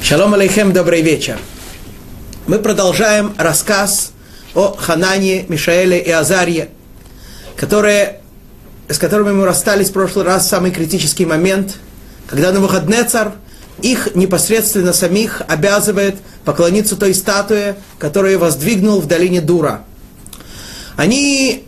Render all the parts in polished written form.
Шалом алейхем, добрый вечер. Мы продолжаем рассказ о Ханане, Мишаэле и Азарье, с которыми мы расстались в прошлый раз в самый критический момент, когда Навуходоносор их непосредственно самих обязывает поклониться той статуе, которую воздвигнул в долине Дура. Они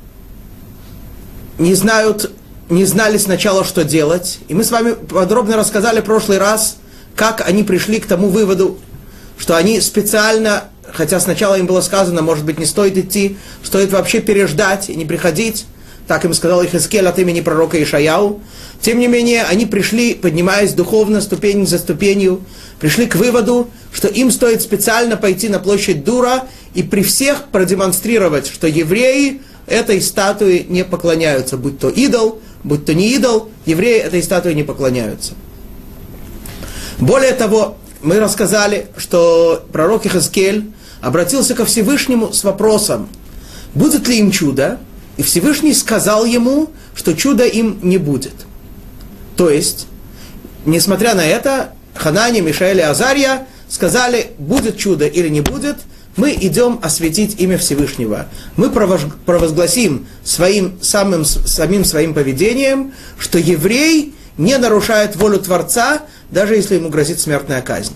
не знали сначала, что делать, и мы с вами подробно рассказали в прошлый раз, как они пришли к тому выводу, что они специально, хотя сначала им было сказано, может быть, не стоит идти, стоит вообще переждать и не приходить, так им сказал Ихескель от имени пророка Ишаяу. Тем не менее, они пришли, поднимаясь духовно, ступень за ступенью, пришли к выводу, что им стоит специально пойти на площадь Дура и при всех продемонстрировать, что евреи этой статуе не поклоняются, будь то идол, будь то не идол, евреи этой статуе не поклоняются. Более того, мы рассказали, что пророк Ихескель обратился ко Всевышнему с вопросом, будет ли им чудо, и Всевышний сказал ему, что чуда им не будет. То есть, несмотря на это, Ханане, Мишаэль и Азарья сказали, будет чудо или не будет, мы идем осветить имя Всевышнего. Мы провозгласим самим своим поведением, что еврей не нарушает волю Творца, даже если ему грозит смертная казнь.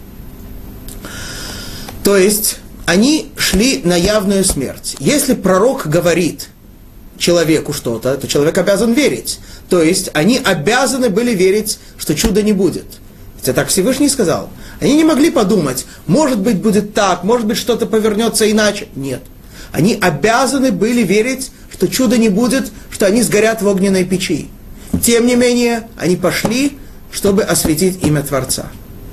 То есть, они шли на явную смерть. Если пророк говорит человеку что-то, то человек обязан верить. То есть, они обязаны были верить, что чуда не будет. Хотя так Всевышний сказал. Они не могли подумать, может быть, будет так, может быть, что-то повернется иначе. Нет. Они обязаны были верить, что чуда не будет, что они сгорят в огненной печи. Тем не менее, они пошли, чтобы осветить имя Творца.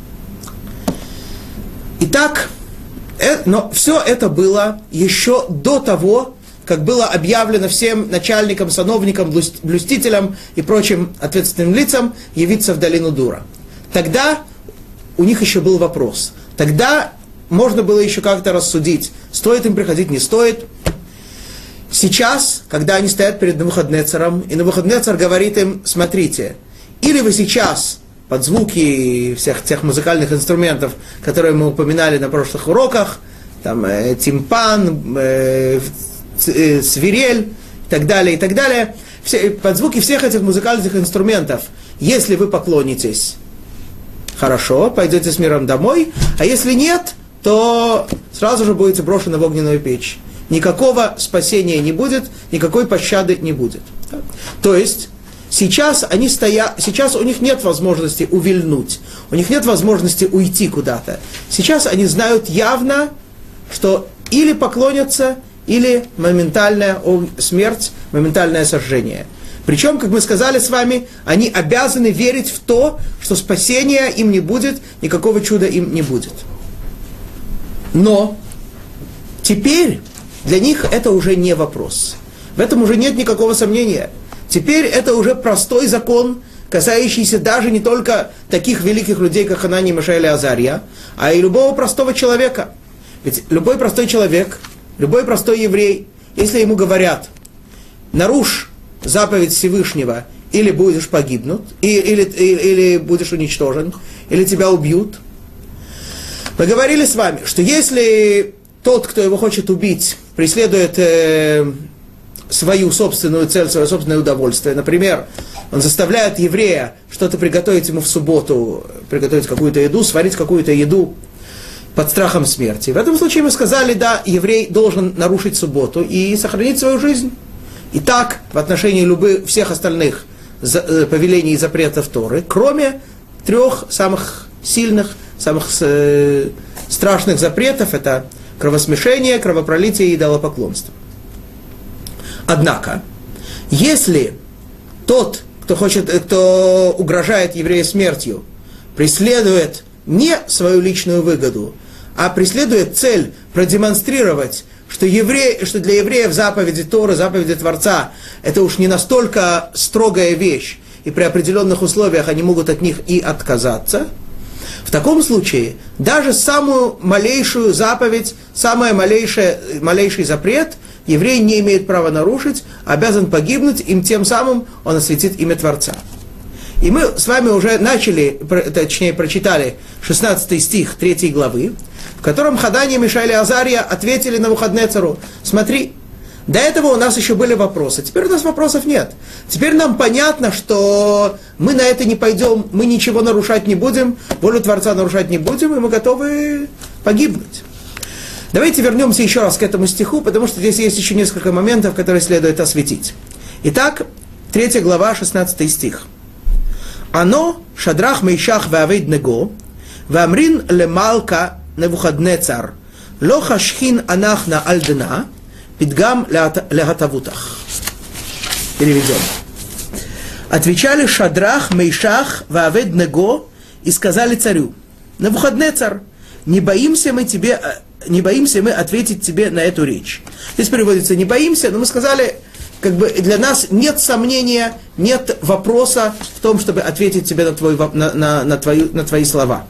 Итак, но все это было еще до того, как было объявлено всем начальникам, сановникам, блюстителям и прочим ответственным лицам явиться в долину Дура. Тогда у них еще был вопрос. Тогда можно было еще как-то рассудить, стоит им приходить, не стоит. Сейчас, когда они стоят перед Навуходоносором, и Навуходоносор говорит им, смотрите, или вы сейчас под звуки всех тех музыкальных инструментов, которые мы упоминали на прошлых уроках, там тимпан, свирель и так далее, под звуки всех этих музыкальных инструментов, если вы поклонитесь, хорошо, пойдете с миром домой, а если нет, то сразу же будете брошены в огненную печь. Никакого спасения не будет, никакой пощады не будет. То есть, сейчас у них нет возможности увильнуть, у них нет возможности уйти куда-то. Сейчас они знают явно, что или поклонятся, или моментальная смерть, моментальное сожжение. Причем, как мы сказали с вами, они обязаны верить в то, что спасения им не будет, никакого чуда им не будет. Но теперь для них это уже не вопрос. В этом уже нет никакого сомнения. Теперь это уже простой закон, касающийся даже не только таких великих людей, как Ханане, Мишаэль и Азарья, а и любого простого человека. Ведь любой простой человек, любой простой еврей, если ему говорят, нарушь заповедь Всевышнего, или будешь погибнут, или будешь уничтожен, или тебя убьют. Мы говорили с вами, что если тот, кто его хочет убить, преследует свою собственную цель, свое собственное удовольствие, например, он заставляет еврея что-то приготовить ему в субботу, приготовить какую-то еду, сварить какую-то еду под страхом смерти. В этом случае мы сказали, да, еврей должен нарушить субботу и сохранить свою жизнь. И так в отношении всех остальных повелений и запретов Торы, кроме 3 самых сильных, самых страшных запретов, это кровосмешение, кровопролитие и идолопоклонство. Однако, если тот, кто угрожает еврею смертью, преследует не свою личную выгоду, а преследует цель продемонстрировать, что для евреев заповеди Торы, заповеди Творца, это уж не настолько строгая вещь, и при определенных условиях они могут от них и отказаться, в таком случае даже самую малейшую заповедь, самый малейший запрет еврей не имеет права нарушить, обязан погибнуть, им тем самым он осветит имя Творца. И мы с вами уже начали, точнее прочитали 16 стих 3 главы, в котором Хадания, Мишаэль и Азария ответили Навуходнецару: смотри, до этого у нас еще были вопросы, теперь у нас вопросов нет. Теперь нам понятно, что мы на это не пойдем, мы ничего нарушать не будем, волю Творца нарушать не будем, и мы готовы погибнуть. Давайте вернемся еще раз к этому стиху, потому что здесь есть еще несколько моментов, которые следует осветить. Итак, 3 глава, 16 стих. «Ано Шадрах Мейшах веавейд-него, веамрин лемалка Навуходнецар, ло хашхин анахна альдена, пидгам легатавутах». Переведем. Отвечали Шадрах, Мейшах, веавейд-него и сказали царю: Навуходнецар, не боимся мы ответить тебе на эту речь. Здесь переводится «не боимся», но мы сказали, как бы для нас нет сомнения, нет вопроса в том, чтобы ответить тебе на твои слова.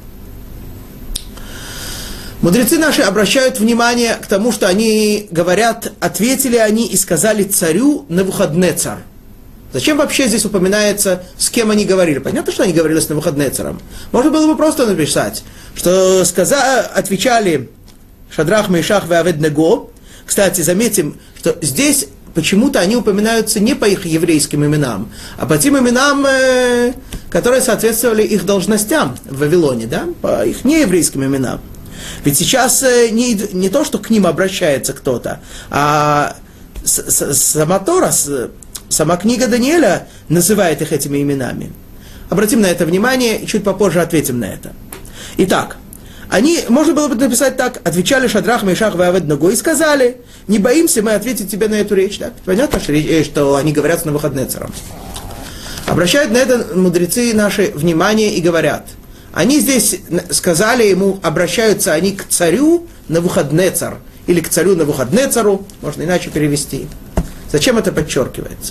Мудрецы наши обращают внимание к тому, что они говорят, ответили они и сказали царю Навуходнецар. Зачем вообще здесь упоминается, с кем они говорили? Понятно, что они говорили с Навуходнецаром. Можно было бы просто написать, что отвечали Шадрах, Мейшах, веавейд-него. Кстати, заметим, что здесь почему-то они упоминаются не по их еврейским именам, а по тем именам, которые соответствовали их должностям в Вавилоне, да? По их нееврейским именам. Ведь сейчас не то, что к ним обращается кто-то, а сама Тора, сама книга Даниэля называет их этими именами. Обратим на это внимание и чуть попозже ответим на это. Итак, можно было бы написать так: отвечали Шадрах, Мейшах, веавейд-него и сказали: не боимся мы ответить тебе на эту речь. Да? Понятно, что они говорят с Навуходнецаром. Обращают на это мудрецы наши внимание и говорят: они здесь сказали ему, обращаются они к царю Навуходнецар, или к царю Навуходнецару, можно иначе перевести. Зачем это подчеркивается?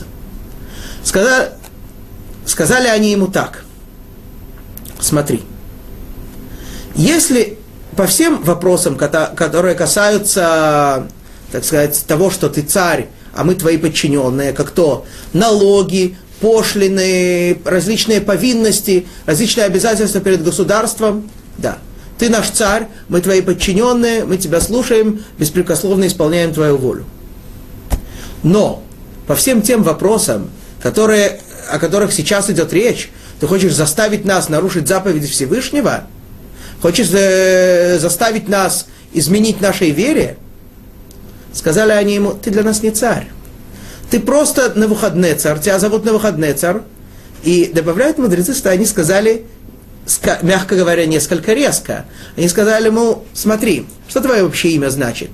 Сказали они ему так: смотри, если по всем вопросам, которые касаются, так сказать, того, что ты царь, а мы твои подчиненные, как то налоги, пошлины, различные повинности, различные обязательства перед государством, да, ты наш царь, мы твои подчиненные, мы тебя слушаем, беспрекословно исполняем твою волю. Но по всем тем вопросам, о которых сейчас идет речь, ты хочешь заставить нас нарушить заповеди Всевышнего? Хочешь заставить нас изменить нашей вере? Сказали они ему: ты для нас не царь. Ты просто Навуходнецар, тебя зовут Навуходнецар. И добавляют мудрецы, что они сказали, мягко говоря, несколько резко. Они сказали ему: смотри, что твое вообще имя значит?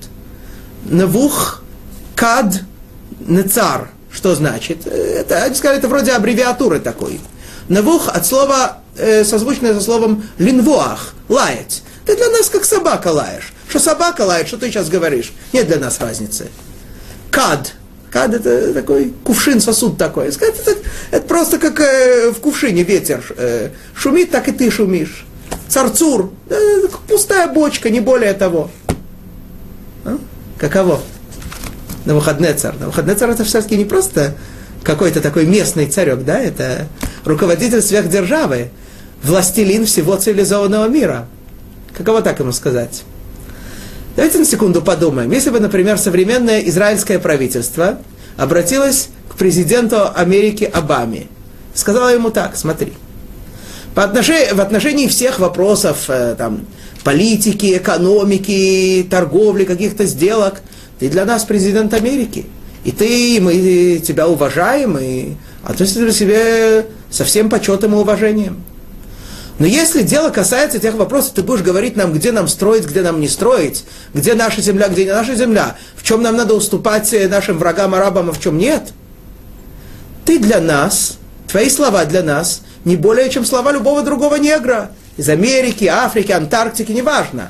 Навух-кад-нецар. Что значит? Они сказали, это вроде аббревиатуры такой. Навух от слова, созвучное со словом линвоах, лаять. Ты для нас как собака лаешь. Что собака лает, что ты сейчас говоришь? Нет для нас разницы. Кад. Кад это такой кувшин, сосуд такой. Это просто как в кувшине ветер шумит, так и ты шумишь. Царцур. Пустая бочка, не более того. Каково? Навуходнецар. Навуходнецар это все-таки не просто какой-то такой местный царек, да? Это руководитель сверхдержавы, властелин всего цивилизованного мира. Каково так ему сказать? Давайте на секунду подумаем. Если бы, например, современное израильское правительство обратилось к президенту Америки Обаме, сказало ему так: смотри, в отношении всех вопросов политики, экономики, торговли, каких-то сделок, ты для нас президент Америки. И мы тебя уважаем, и относимся к тебе со всем почетом и уважением. Но если дело касается тех вопросов, ты будешь говорить нам, где нам строить, где нам не строить, где наша земля, где не наша земля, в чем нам надо уступать нашим врагам арабам, а в чем нет. Ты для нас, твои слова для нас, не более, чем слова любого другого негра. Из Америки, Африки, Антарктики, неважно.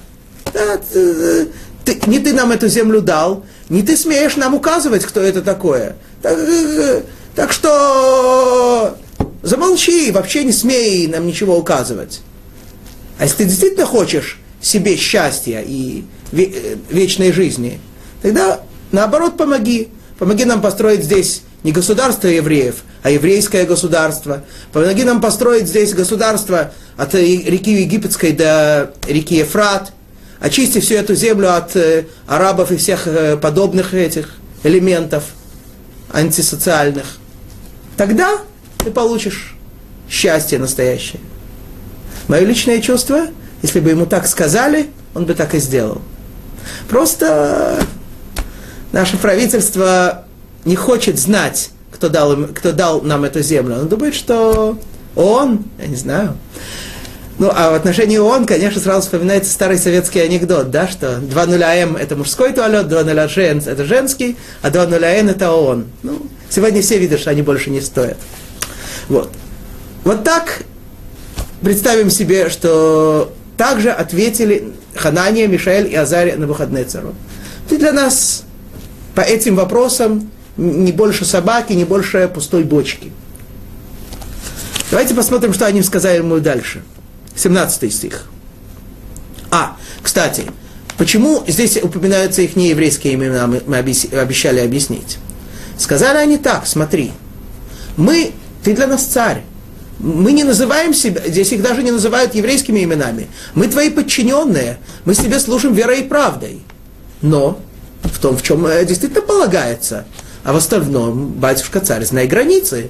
Не ты нам эту землю дал, не ты смеешь нам указывать, кто это такое. Так что замолчи, вообще не смей нам ничего указывать. А если ты действительно хочешь себе счастья и вечной жизни, тогда наоборот помоги. Помоги нам построить здесь не государство евреев, а еврейское государство. Помоги нам построить здесь государство от реки Египетской до реки Ефрат. Очисти всю эту землю от арабов и всех подобных этих элементов антисоциальных. Тогда ты получишь счастье настоящее. Мое личное чувство, если бы ему так сказали, он бы так и сделал. Просто наше правительство не хочет знать, кто дал нам эту землю. Он думает, что ООН, я не знаю. Ну, а в отношении ООН, конечно, сразу вспоминается старый советский анекдот, да, что 2.0М это мужской туалет, 2.0Ж это женский, а 2.0Н это ООН. Ну, сегодня все видят, что они больше не стоят. Вот. Вот так представим себе, что также ответили Ханания, Мишаэль и Азария Навуходоносору. Ты для нас по этим вопросам не больше собаки, не больше пустой бочки. Давайте посмотрим, что они сказали ему дальше. 17 стих. Кстати, почему здесь упоминаются их нееврейские имена, мы обещали объяснить. Сказали они так, смотри, ты для нас царь. Мы не называем себя, здесь их даже не называют еврейскими именами. Мы твои подчиненные, мы себе служим верой и правдой. Но в том, в чем действительно полагается. А в остальном, батюшка царь, знай границы.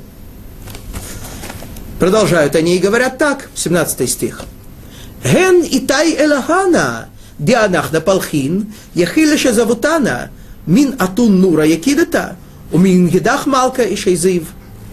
Продолжают они и говорят так, 17 стих. Ген итай элахана, дианахна палхин, яхилеша завутана, мин атун нура якидата, умин гидах малка и шейзив.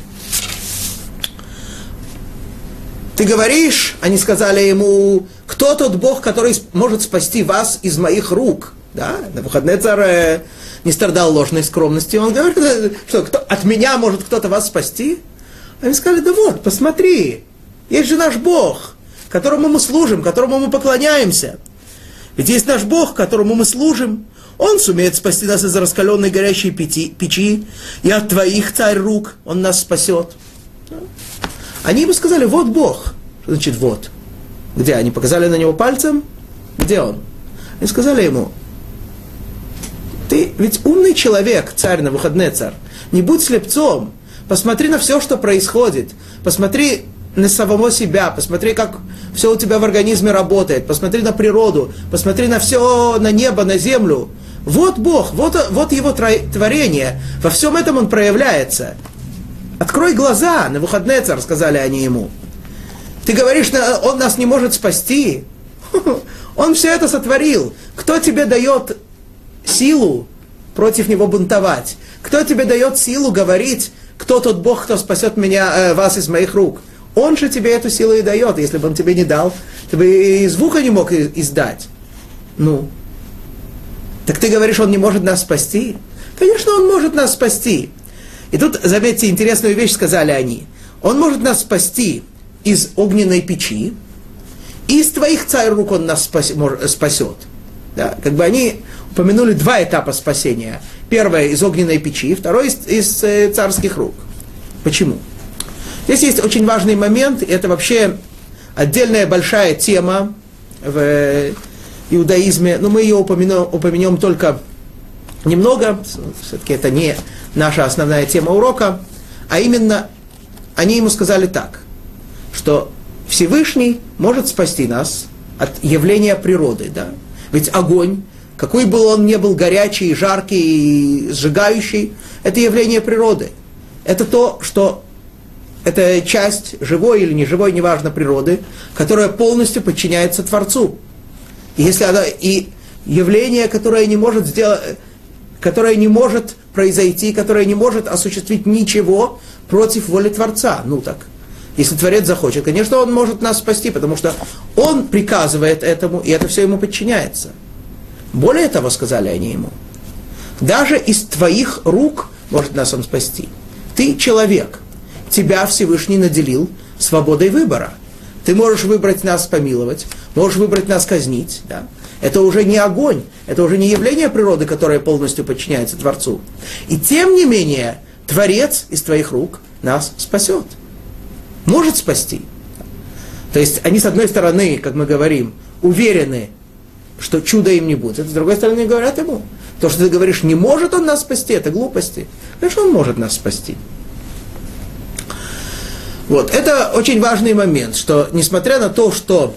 Ты говоришь, они сказали ему, кто тот Бог, который может спасти вас из моих рук? Да, Навуходоносор не страдал ложной скромностью. Он говорит, что от меня может кто-то вас спасти? Они сказали, да вот, посмотри, есть же наш Бог, которому мы служим, которому мы поклоняемся. Ведь есть наш Бог, которому мы служим. Он сумеет спасти нас из раскаленной горящей печи, и от твоих, царь, рук он нас спасет. Они ему сказали, вот Бог. Что значит вот? Где? Они показали на него пальцем? Где он? Они сказали ему, ты ведь умный человек, царь Навуходоносор, не будь слепцом. Посмотри на все, что происходит. Посмотри на самого себя. Посмотри, как все у тебя в организме работает. Посмотри на природу. Посмотри на все, на небо, на землю. Вот Бог, вот его творение. Во всем этом он проявляется. Открой глаза, Навуходоносор, сказали они ему. Ты говоришь, он нас не может спасти. Он все это сотворил. Кто тебе дает силу против него бунтовать? Кто тебе дает силу говорить, кто тот Бог, кто спасет вас из моих рук? Он же тебе эту силу и дает. Если бы он тебе не дал, ты бы и звука не мог издать. Ну, так ты говоришь, он не может нас спасти? Конечно, он может нас спасти. И тут, заметьте, интересную вещь сказали они. Он может нас спасти из огненной печи, и из твоих, царь, рук он нас спасет. Да? Как бы они упомянули два этапа спасения. Первое из огненной печи, второе из царских рук. Почему? Здесь есть очень важный момент, и это вообще отдельная большая тема в иудаизме, но мы ее упомянем только немного, все-таки это не наша основная тема урока, а именно они ему сказали так, что Всевышний может спасти нас от явления природы, да? Ведь огонь, какой бы он ни был горячий, жаркий, сжигающий, это явление природы. Это то, что это часть живой или неживой, неважно, природы, которая полностью подчиняется Творцу. И если она, и явление, которое не может сделать, которое не может произойти, которое не может осуществить ничего против воли Творца. Ну так, если Творец захочет, конечно, он может нас спасти, потому что он приказывает этому, и это все ему подчиняется. Более того, сказали они ему, даже из твоих рук может нас он спасти. Ты человек, тебя Всевышний наделил свободой выбора. Ты можешь выбрать нас помиловать, можешь выбрать нас казнить. Да? Это уже не огонь, это уже не явление природы, которое полностью подчиняется Творцу. И тем не менее, Творец из твоих рук нас спасет. Может спасти. То есть они, с одной стороны, как мы говорим, уверены что чуда им не будет. С другой стороны, говорят ему, то, что ты говоришь, не может он нас спасти, это глупости. Конечно, он может нас спасти. Вот, это очень важный момент, что несмотря на то, что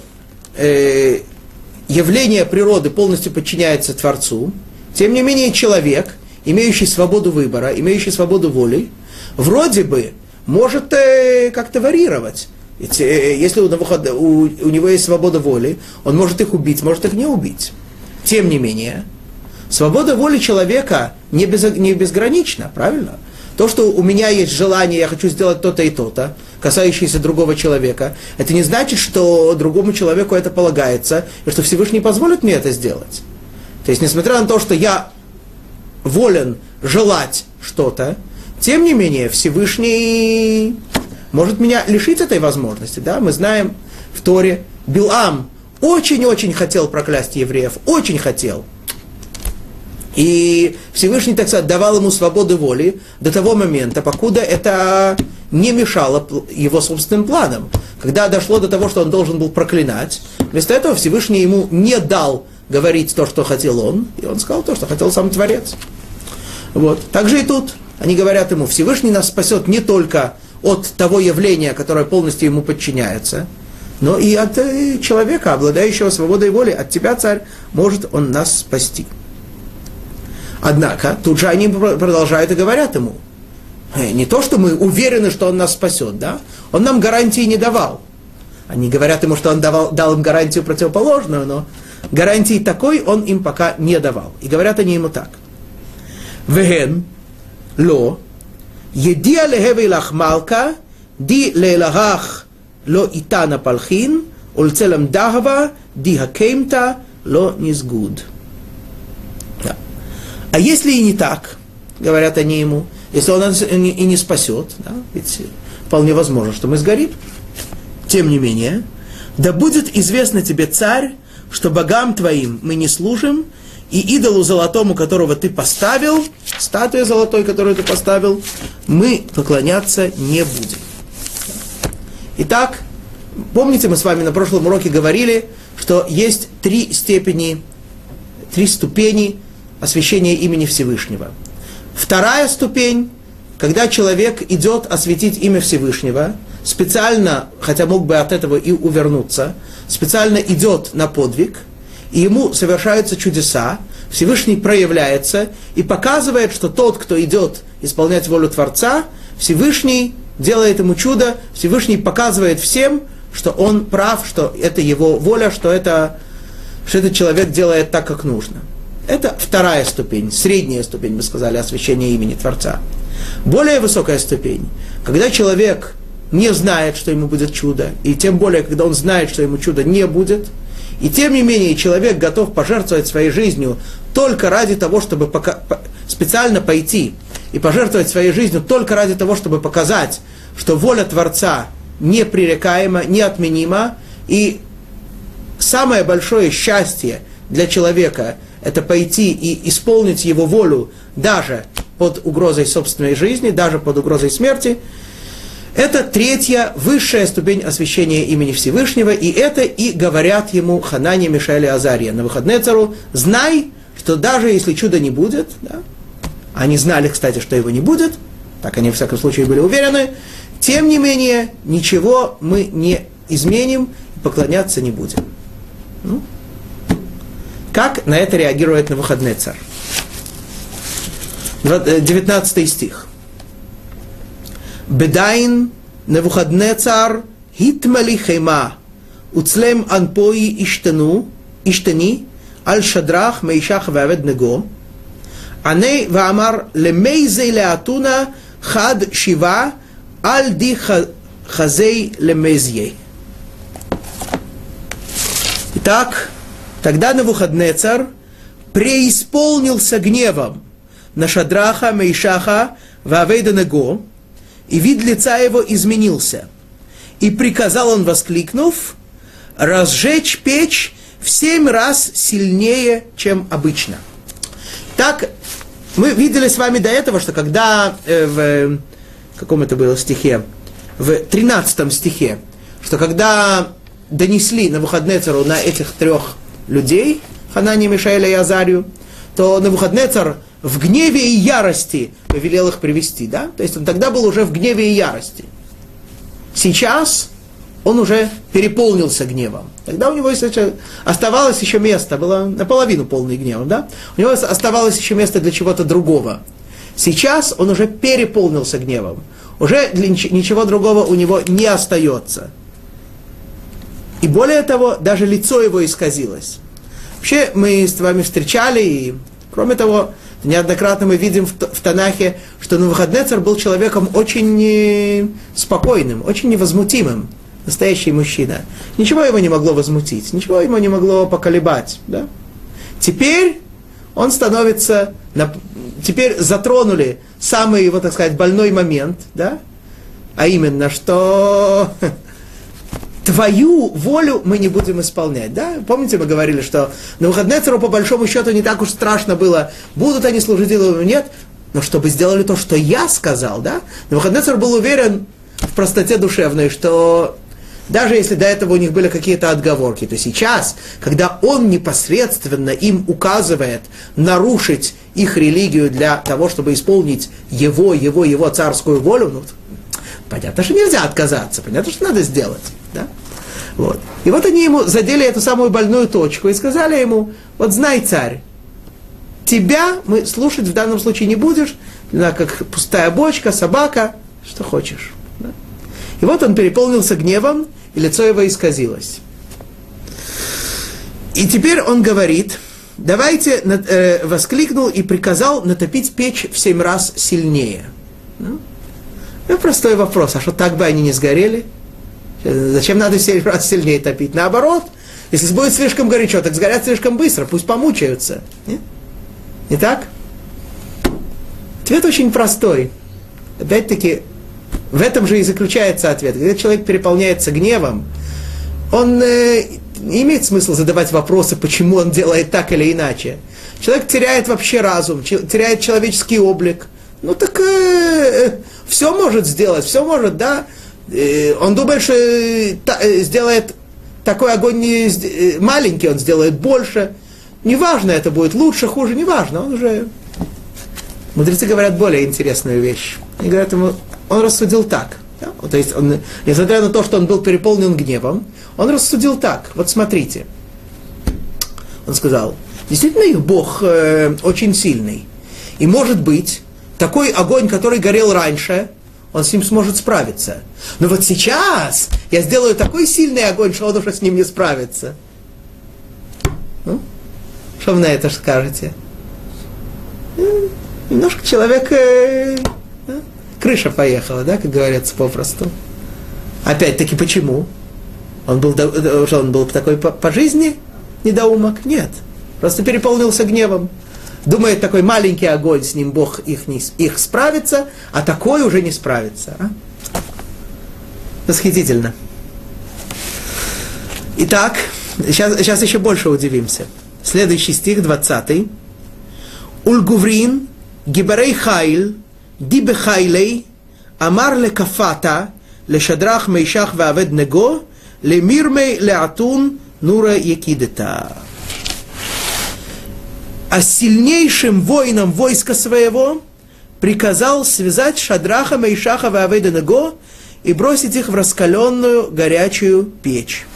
явление природы полностью подчиняется Творцу, тем не менее человек, имеющий свободу выбора, имеющий свободу воли, вроде бы может как-то варьировать. Ведь, если у него есть свобода воли, он может их убить, может их не убить. Тем не менее, свобода воли человека не безгранична, правильно? То, что у меня есть желание, я хочу сделать то-то и то-то, касающееся другого человека, это не значит, что другому человеку это полагается, и что Всевышний позволит мне это сделать. То есть, несмотря на то, что я волен желать что-то, тем не менее, Всевышний может меня лишить этой возможности. Да? Мы знаем в Торе, Билам очень-очень хотел проклясть евреев, очень хотел. И Всевышний, так сказать, давал ему свободу воли до того момента, покуда это не мешало его собственным планам. Когда дошло до того, что он должен был проклинать, вместо этого Всевышний ему не дал говорить то, что хотел он, и он сказал то, что хотел сам Творец. Вот. Так же и тут. Они говорят ему, Всевышний нас спасет не только от того явления, которое полностью ему подчиняется, но и от человека, обладающего свободой воли. От тебя, царь, может он нас спасти. Однако, тут же они продолжают и говорят ему, не то, что мы уверены, что он нас спасет, да? Он нам гарантии не давал. Они говорят ему, что он дал им гарантию противоположную, но гарантии такой он им пока не давал. И говорят они ему так. Веген ло едия лехевей лахмалка ди лейлахах ло итана палхин ульцелам дахава ди хакеймта ло низгуд. А если и не так, говорят они ему, если он нас и не спасет, да, ведь вполне возможно, что мы сгорим. Тем не менее, да будет известно тебе, царь, что богам твоим мы не служим, и идолу золотому, которого ты поставил, статуе золотой, которую ты поставил, мы поклоняться не будем. Итак, помните, мы с вами на прошлом уроке говорили, что есть три ступени освящения имени Всевышнего. Вторая ступень, когда человек идет осветить имя Всевышнего, специально, хотя мог бы от этого и увернуться, специально идет на подвиг, и ему совершаются чудеса, Всевышний проявляется и показывает, что тот, кто идет исполнять волю Творца, Всевышний делает ему чудо, Всевышний показывает всем, что он прав, что это его воля, что этот человек делает так, как нужно. Это вторая ступень, средняя ступень, мы сказали, освящения имени Творца. Более высокая ступень, когда человек не знает, что ему будет чудо, и тем более, когда он знает, что ему чудо не будет, и тем не менее человек готов пожертвовать своей жизнью только ради того, чтобы специально пойти и пожертвовать своей жизнью только ради того, чтобы показать, что воля Творца непререкаема, неотменима, и самое большое счастье для человека – это пойти и исполнить его волю даже под угрозой собственной жизни, даже под угрозой смерти. Это третья, высшая ступень освящения имени Всевышнего, и это и говорят ему Ханания, Мишаэль и Азария Навуходнецару: знай, что даже если чуда не будет, да, они знали, кстати, что его не будет, так они, в всяком случае, были уверены, тем не менее, ничего мы не изменим и поклоняться не будем. Ну, как на это реагирует Навуходнецар? 19 стих. Бедайн Навуходнецар хитмали хема уцлем анпои иштани аль шадрах мейшах вавед него ане ваамар лемейзей леатуна хад шива аль ди хазей лемейзей. Итак, тогда Навуходнецар преисполнился гневом на Шадраха, Мейшаха, Вавейда-Него, и вид лица его изменился. И приказал он, воскликнув, разжечь печь в 7 раз сильнее, чем обычно. Так, мы видели с вами до этого, что когда в каком это было стихе, в 13 стихе, что когда донесли Навуходнецару на этих 3 людей, Хананию, Мишаэля и Азарию, то Навуходнецар в гневе и ярости повелел их привести, да? То есть он тогда был уже в гневе и ярости. Сейчас он уже переполнился гневом. Тогда у него оставалось еще место, было наполовину полный гневом, да? У него оставалось еще место для чего-то другого. Сейчас он уже переполнился гневом. Уже ничего другого у него не остается. И более того, даже лицо его исказилось. Вообще, мы с вами встречали, и кроме того, неоднократно мы видим в Танахе, что Навуходнецар был человеком очень спокойным, очень невозмутимым. Настоящий мужчина. Ничего его не могло возмутить, ничего его не могло поколебать. Да? Теперь он становится... Теперь затронули самый его, так сказать, больной момент, да? А именно, что твою волю мы не будем исполнять. Да? Помните, мы говорили, что Навуходнецару по большому счету не так уж страшно было, будут они служить или нет, но чтобы сделали то, что я сказал. Да? Навуходнецар был уверен в простоте душевной, что даже если до этого у них были какие-то отговорки, то сейчас, когда он непосредственно им указывает нарушить их религию для того, чтобы исполнить его царскую волю, ну, понятно, что нельзя отказаться, понятно, что надо сделать. Да? Вот. И вот они ему задели эту самую больную точку и сказали ему, вот знай, царь, тебя мы слушать в данном случае не будешь, да, как пустая бочка, собака, что хочешь. Да? И вот он переполнился гневом, и лицо его исказилось. И теперь он говорит, давайте, воскликнул и приказал натопить печь в 7 раз сильнее. Ну, простой вопрос, а что так бы они не сгорели? Зачем надо в 7 раз сильнее топить? Наоборот, если будет слишком горячо, так сгорят слишком быстро, пусть помучаются. Нет? Не так? Ответ очень простой. Опять-таки, в этом же и заключается ответ. Когда человек переполняется гневом, он не имеет смысла задавать вопросы, почему он делает так или иначе. Человек теряет вообще разум, теряет человеческий облик. Ну так все может сделать, все может, да. Он думает, что сделает такой огонь маленький, он сделает больше. Неважно, это будет лучше, хуже, неважно. Он уже... Мудрецы говорят более интересную вещь. Они говорят ему, он рассудил так. Да? То есть, он, несмотря на то, что он был переполнен гневом, он рассудил так. Вот смотрите. Он сказал, действительно их Бог очень сильный. И может быть, такой огонь, который горел раньше, он с ним сможет справиться. Но вот сейчас я сделаю такой сильный огонь, что он уже с ним не справится. Ну? Что вы на это скажете? Немножко человек... крыша поехала, да, как говорится попросту. Опять-таки, почему? Он был такой по жизни недоумок? Нет. Просто переполнился гневом. Думает, такой маленький огонь, с ним Бог их справится, а такой уже не справится. А? Восхитительно. Итак, сейчас еще больше удивимся. Следующий стих, 20. Ульгуврин, гибарей хайл, дибе хайлей, амар лекафата, лешадрах мейшах ваавед него, лемирмей леатун нура якидета. А сильнейшим воинам войска своего приказал связать Шадраха, Мейшаха, Вааведа Него и бросить их в раскаленную горячую печь.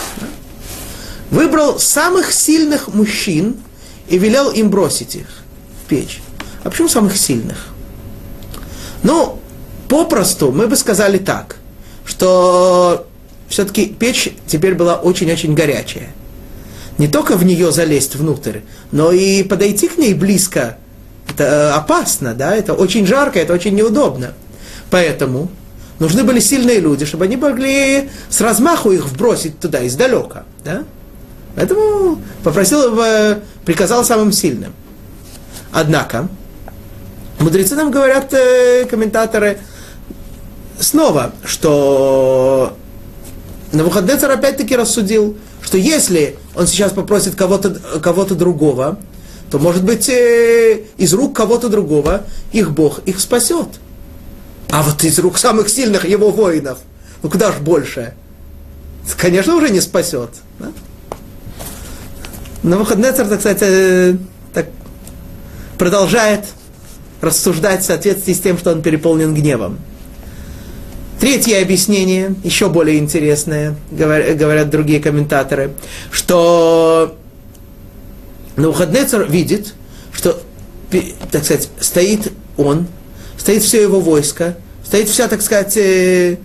Выбрал самых сильных мужчин и велел им бросить их в печь. А почему самых сильных? Ну, попросту мы бы сказали так, что все-таки печь теперь была очень-очень горячая. Не только в нее залезть внутрь, но и подойти к ней близко. Это опасно, да, это очень жарко, это очень неудобно. Поэтому нужны были сильные люди, чтобы они могли с размаху их вбросить туда, издалека. Да? Поэтому приказал самым сильным. Однако, мудрецы нам говорят, комментаторы, снова, что Навуходнецар опять-таки рассудил, что если он сейчас попросит кого-то другого, то, может быть, из рук кого-то другого их Бог их спасет. А вот из рук самых сильных его воинов, ну куда ж больше? Конечно, уже не спасет. Да? Навуходоносор, так сказать, так продолжает рассуждать в соответствии с тем, что он переполнен гневом. Третье объяснение, еще более интересное, говорят другие комментаторы, что Навуходоносор видит, что, так сказать, стоит все его войско, стоит вся, так сказать, все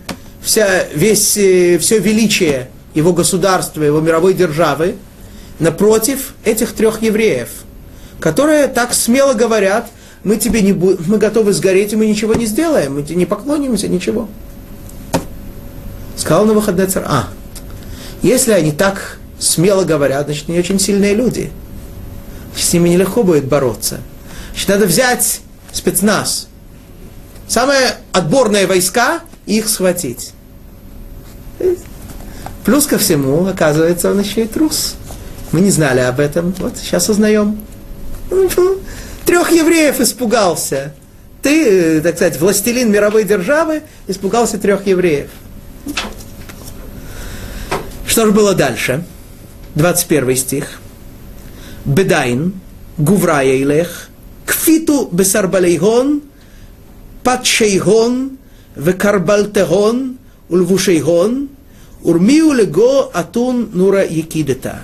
величие его государства, его мировой державы напротив этих 3 евреев, которые так смело говорят: мы готовы сгореть, и мы ничего не сделаем, мы тебе не поклонимся, ничего. Сказал Навуходоносор: если они так смело говорят, значит, они очень сильные люди. С ними нелегко будет бороться. Значит, надо взять спецназ, самые отборные войска, и их схватить. Плюс ко всему, оказывается, он еще и трус. Мы не знали об этом, вот сейчас узнаем. 3 евреев испугался. Ты, так сказать, властелин мировой державы, испугался 3 евреев. Что же было дальше? 21 стих. Бедайн, гуврая илех, кфиту бесарбалейгон, патшейгон, векарбалтегон, ульвушейгон, урмиу лего атун нура якидета.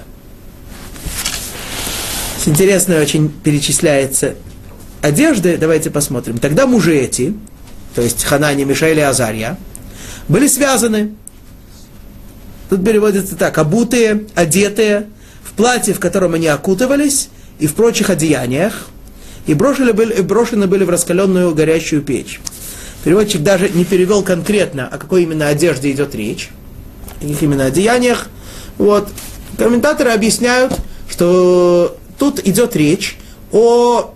Интересно очень перечисляется одежды. Давайте посмотрим. Тогда мужи эти, то есть Ханани, Мишаэль и Азарья, были связаны. Тут переводится так: обутые, одетые, в платье, в котором они окутывались, и в прочих одеяниях, и брошены были в раскаленную горящую печь. Переводчик даже не перевел конкретно, о какой именно одежде идет речь, о каких именно одеяниях. Вот. Комментаторы объясняют, что тут идет речь об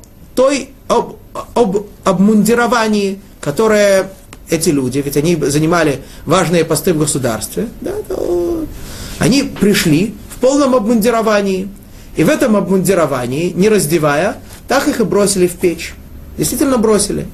обмундировании, которое эти люди, ведь они занимали важные посты в государстве, да, они пришли в полном обмундировании, и в этом обмундировании, не раздевая, так их и бросили в печь. Действительно бросили.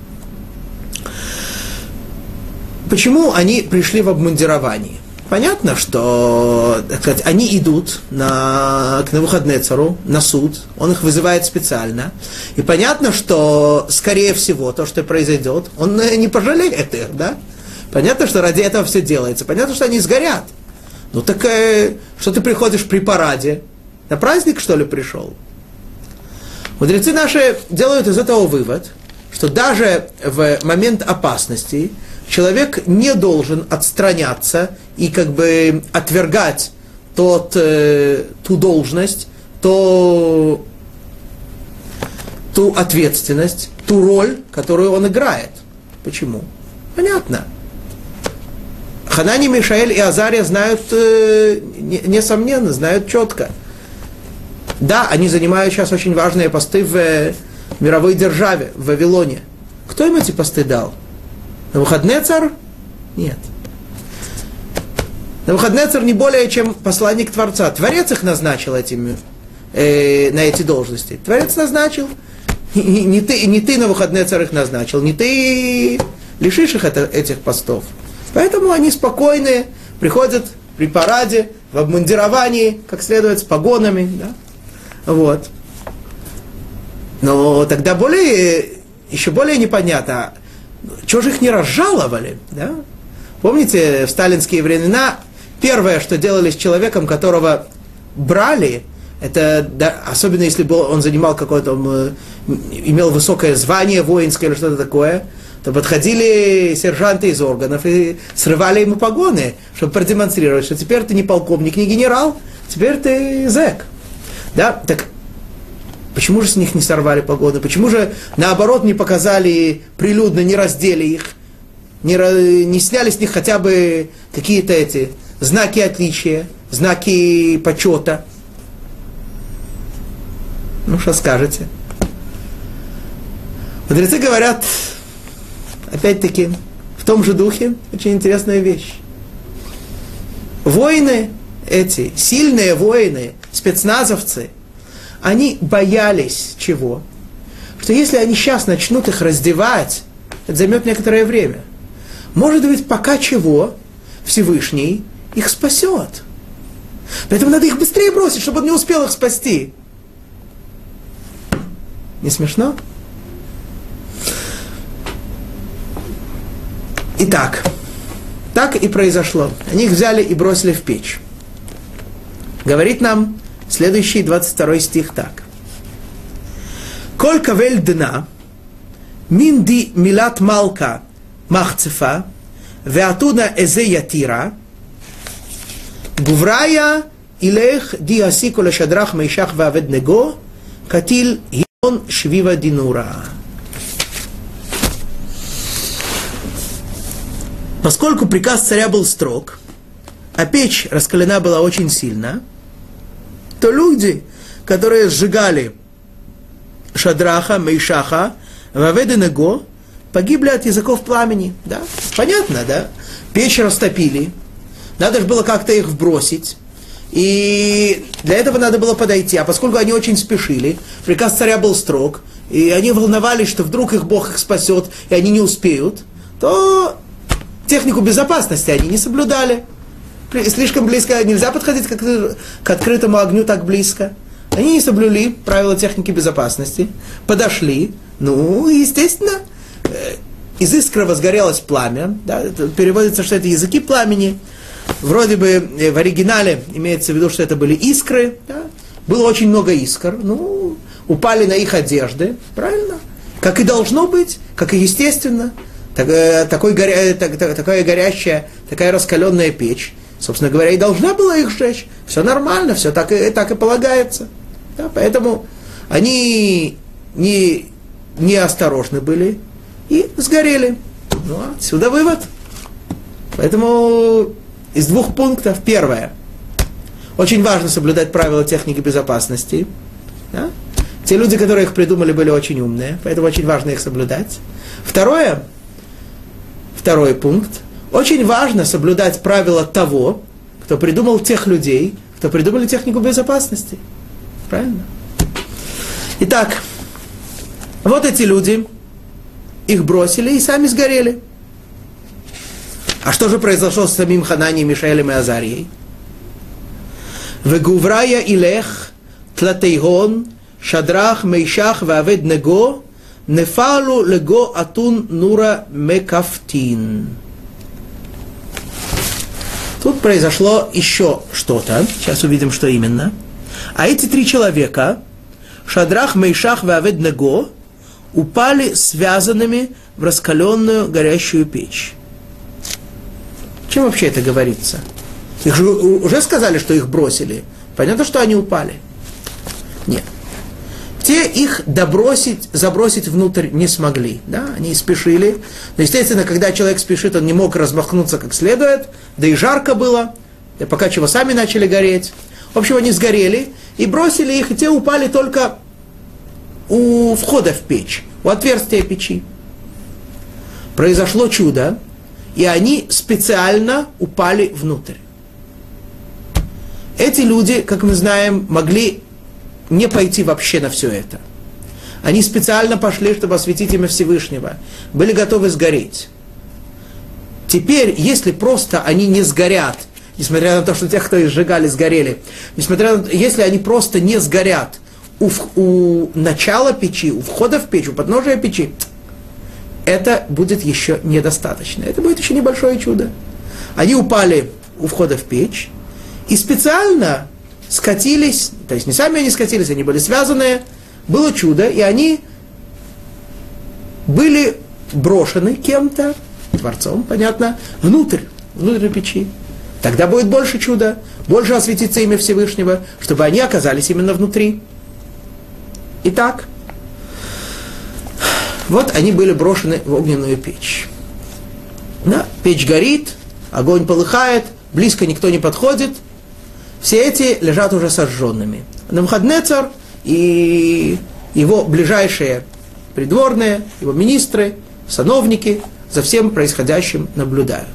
Почему они пришли в обмундировании? Понятно, что, так сказать, они идут к Навуходоносору на суд, он их вызывает специально, и понятно, что, скорее всего, то, что произойдет, он не пожалеет их, да? Понятно, что ради этого все делается, понятно, что они сгорят. Ну так, что ты приходишь при параде? На праздник, что ли, пришел? Мудрецы наши делают из этого вывод, что даже в момент опасности человек не должен отстраняться и как бы отвергать ту должность, ту ответственность, ту роль, которую он играет. Почему? Понятно. Ханани, Мишаэль и Азарья знают, несомненно, знают четко. Да, они занимают сейчас очень важные посты в мировой державе, в Вавилоне. Кто им эти посты дал? Навуходоносор? Нет. Навуходоносор не более чем посланник Творца. Творец их назначил на эти должности. Творец назначил. Не ты, Навуходоносор, их назначил, не ты лишишь их этих постов. Поэтому они спокойные, приходят при параде, в обмундировании, как следует, с погонами. Да? Вот. Но тогда еще более непонятно, чего же их не разжаловали? Да? Помните, в сталинские времена первое, что делали с человеком, которого брали, это, да, особенно если он занимал какое-то, имел высокое звание воинское или что-то такое, то подходили сержанты из органов и срывали ему погоны, чтобы продемонстрировать, что теперь ты не полковник, не генерал, теперь ты зэк. Да? Так почему же с них не сорвали погоны? Почему же, наоборот, не показали прилюдно, не раздели их, не сняли с них хотя бы какие-то эти знаки отличия, знаки почета? Ну, что скажете? Мудрецы говорят, опять-таки, в том же духе, очень интересная вещь. Воины эти, сильные воины, спецназовцы, они боялись чего? Что если они сейчас начнут их раздевать, это займет некоторое время. Может быть, пока чего Всевышний их спасет. Поэтому надо их быстрее бросить, чтобы он не успел их спасти. Не смешно? Итак, так и произошло. Они их взяли и бросили в печь. Говорит нам следующий 22 стих так. «Коль кавель дна, мин ди милат малка махцефа, веатуна эзе ятира, гуврая илех ди асику лешадрах мейшах вавед него, катил хион швива динура». Поскольку приказ царя был строг, а печь раскалена была очень сильно, то люди, которые сжигали Шадраха, Мейшаха, Ваведенего, погибли от языков пламени. Да? Понятно, да? Печь растопили, надо же было как-то их вбросить, и для этого надо было подойти. А поскольку они очень спешили, приказ царя был строг, и они волновались, что вдруг их Бог их спасет, и они не успеют, то технику безопасности они не соблюдали. Слишком близко, нельзя подходить к открытому огню так близко. Они не соблюли правила техники безопасности, подошли, естественно, из искры возгорелось пламя, да, переводится, что это языки пламени, вроде бы в оригинале имеется в виду, что это были искры, да, было очень много искр, упали на их одежды, правильно, как и должно быть, как и естественно, такая горящая, такая раскаленная печь, собственно говоря, и должна была их сжечь. Все нормально, все так и полагается. Да, поэтому они неосторожны были и сгорели. Отсюда вывод. Поэтому из двух пунктов. Первое. Очень важно соблюдать правила техники безопасности. Да? Те люди, которые их придумали, были очень умные, поэтому очень важно их соблюдать. Второй пункт. Очень важно соблюдать правила того, кто придумал тех людей, кто придумали технику безопасности. Правильно? Итак, вот эти люди, их бросили и сами сгорели. А что же произошло с самим Хананием, Мишаэлем и Азарией? «Вегуврая илех тлатейгон шадрах мейшах вавед него нефалу лего атун нура мекафтин». Тут произошло еще что-то. Сейчас увидим, что именно. А эти три человека, Шадрах, Мейшах и Авед-Него, упали связанными в раскаленную горящую печь. Чем вообще это говорится? Их же уже сказали, что их бросили. Понятно, что они упали? Нет. Те их забросить внутрь не смогли. Да? Они спешили. Но, естественно, когда человек спешит, он не мог размахнуться как следует. Да и жарко было. Да пока чего сами начали гореть. В общем, они сгорели и бросили их, и те упали только у входа в печь, у отверстия печи. Произошло чудо, и они специально упали внутрь. Эти люди, как мы знаем, могли не пойти вообще на все это. Они специально пошли, чтобы осветить имя Всевышнего. Были готовы сгореть. Теперь, если просто они не сгорят, несмотря на то, что тех, кто их сжигали, сгорели, если они просто не сгорят у начала печи, у входа в печь, у подножия печи, это будет еще недостаточно. Это будет еще небольшое чудо. Они упали у входа в печь и специально скатились, то есть не сами они скатились, они были связаны, было чудо, и они были брошены кем-то, Творцом, понятно, внутрь печи. Тогда будет больше чуда, больше осветится имя Всевышнего, чтобы они оказались именно внутри. Итак, вот они были брошены в огненную печь. Да, печь горит, огонь полыхает, близко никто не подходит. Все эти лежат уже сожженными. Навуходоносор и его ближайшие придворные, его министры, сановники за всем происходящим наблюдают.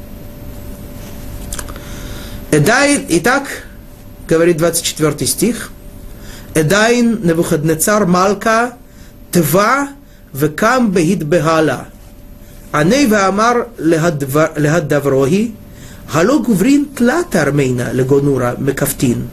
Эдайн, итак, говорит 24 стих, Эдайн Навуходоносор Малка Тва Векам Бехит Бегала Аней Веамар Лехаддаврохи Гало гуврин тлата армейна легонура мекафтин.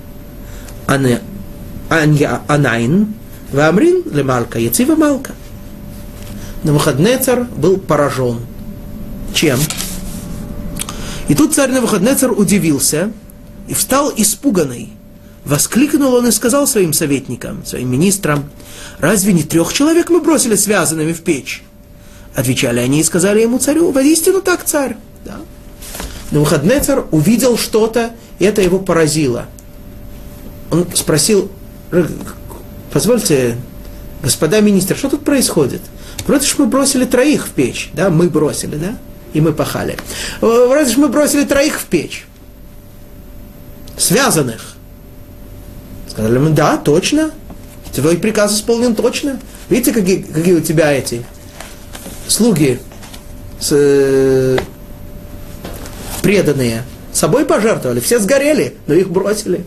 Анайн, вамрин лемалка, яцива малка. Навуходоносор был поражен. Чем? И тут царь Навуходоносор удивился и встал испуганный. Воскликнул он и сказал своим советникам, своим министрам: «Разве не 3 человек мы бросили связанными в печь?» Отвечали они и сказали ему, царю: «Воистину так, царь». Да. Навуходоносор увидел что-то, и это его поразило. Он спросил: «Позвольте, господа министры, что тут происходит? Вроде же мы бросили 3 в печь, да, мы бросили, да, и мы пахали. Вроде же мы бросили 3 в печь, связанных». Сказали ему: «Да, точно, твой приказ исполнен точно. Видите, какие у тебя эти слуги преданные, собой пожертвовали, все сгорели, но их бросили».